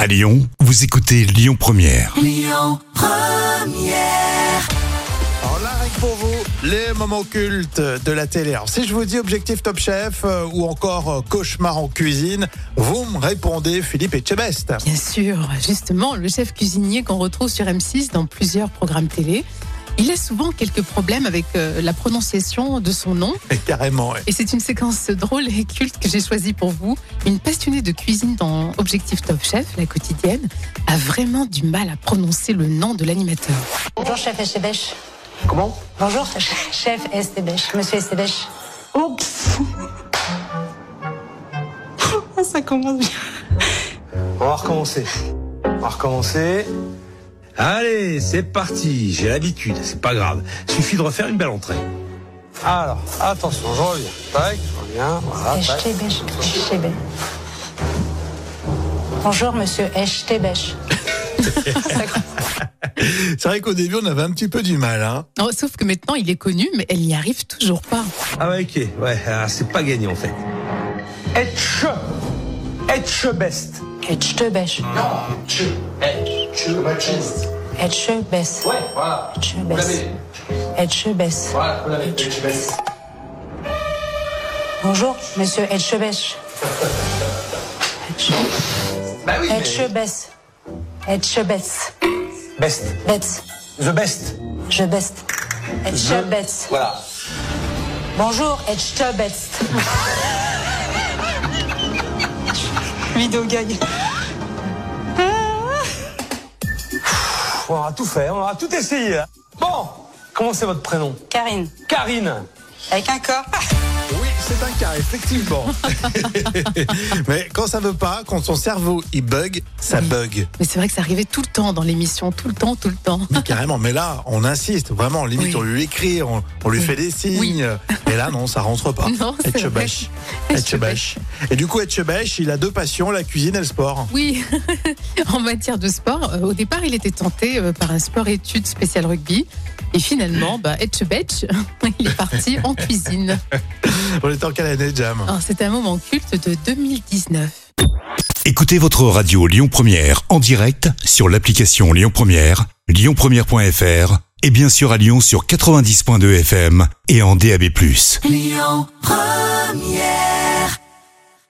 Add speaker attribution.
Speaker 1: À Lyon, vous écoutez Lyon Première.
Speaker 2: Lyon Première.
Speaker 3: Alors là, rien que pour vous, les moments cultes de la télé. Alors si je vous dis Objectif Top Chef ou encore Cauchemar en cuisine, vous me répondez Philippe Etchebest.
Speaker 4: Bien sûr, justement, le chef cuisinier qu'on retrouve sur M6 dans plusieurs programmes télé, il a souvent quelques problèmes avec la prononciation de son nom.
Speaker 3: Carrément, ouais.
Speaker 4: Et c'est une séquence drôle et culte que j'ai choisie pour vous. Une passionnée de cuisine dans Objectif Top Chef, la quotidienne, a vraiment du mal à prononcer le nom de l'animateur.
Speaker 5: Bonjour, chef Estébèche.
Speaker 3: Comment ?
Speaker 5: Bonjour, chef Estébèche. Monsieur Estébèche.
Speaker 6: Oups. Ça commence bien.
Speaker 7: On va recommencer. Allez, c'est parti. J'ai l'habitude, c'est pas grave. Suffit de refaire une belle entrée. Alors, attention, je reviens. Tac, je reviens. Voilà, tac.
Speaker 5: Estébèche. Estébèche. Bonjour, monsieur Estébèche.
Speaker 3: C'est vrai qu'au début, on avait un petit peu du mal, hein.
Speaker 4: Oh, sauf que maintenant, il est connu, mais elle n'y arrive toujours pas.
Speaker 7: Ah ouais, ok. Ouais, c'est pas gagné en fait. Etchebest.
Speaker 5: Estébèche. Etchebèche.
Speaker 7: Ouais, voilà.
Speaker 5: Etchebèche. Etchebèche.
Speaker 7: Voilà, Etchebest.
Speaker 5: Bonjour, monsieur Etchebèche.
Speaker 7: Bah oui, mais...
Speaker 5: Etchebèche. Etchebèche.
Speaker 7: Best.
Speaker 5: Betz.
Speaker 7: The best.
Speaker 5: Je best. Etchebèche.
Speaker 7: Voilà.
Speaker 5: Bonjour, Etchebèche.
Speaker 6: Vidéo gag.
Speaker 7: On aura tout fait, on aura tout essayé. Là. Bon, comment c'est votre prénom ?
Speaker 5: Karine.
Speaker 7: Karine.
Speaker 5: Avec un corps.
Speaker 3: Oui, c'est un cas, effectivement. Mais quand ça veut pas, quand son cerveau il bug, ça bug.
Speaker 4: Mais c'est vrai que ça arrivait tout le temps dans l'émission, tout le temps.
Speaker 3: Mais carrément, mais là, on insiste, vraiment, limite,
Speaker 4: Oui.
Speaker 3: on lui écrit, on lui fait des signes.
Speaker 4: Oui.
Speaker 3: Et là, non, ça rentre pas.
Speaker 4: Non, c'est
Speaker 3: Etchebèche.
Speaker 4: vrai.
Speaker 3: Etchebèche. Et du coup, Etchebèche, il a deux passions, la cuisine et le sport.
Speaker 4: Oui, en matière de sport, au départ, il était tenté par un sport-études spécial rugby. Et finalement, Etchebèche, il est parti en cuisine.
Speaker 3: On est en quelle année, Jam ?
Speaker 4: Alors, c'était un moment culte de 2019.
Speaker 1: Écoutez votre radio Lyon Première en direct sur l'application Lyon Première, lyonpremière.fr et bien sûr à Lyon sur 90.2 FM et en DAB+.
Speaker 2: Lyon Première.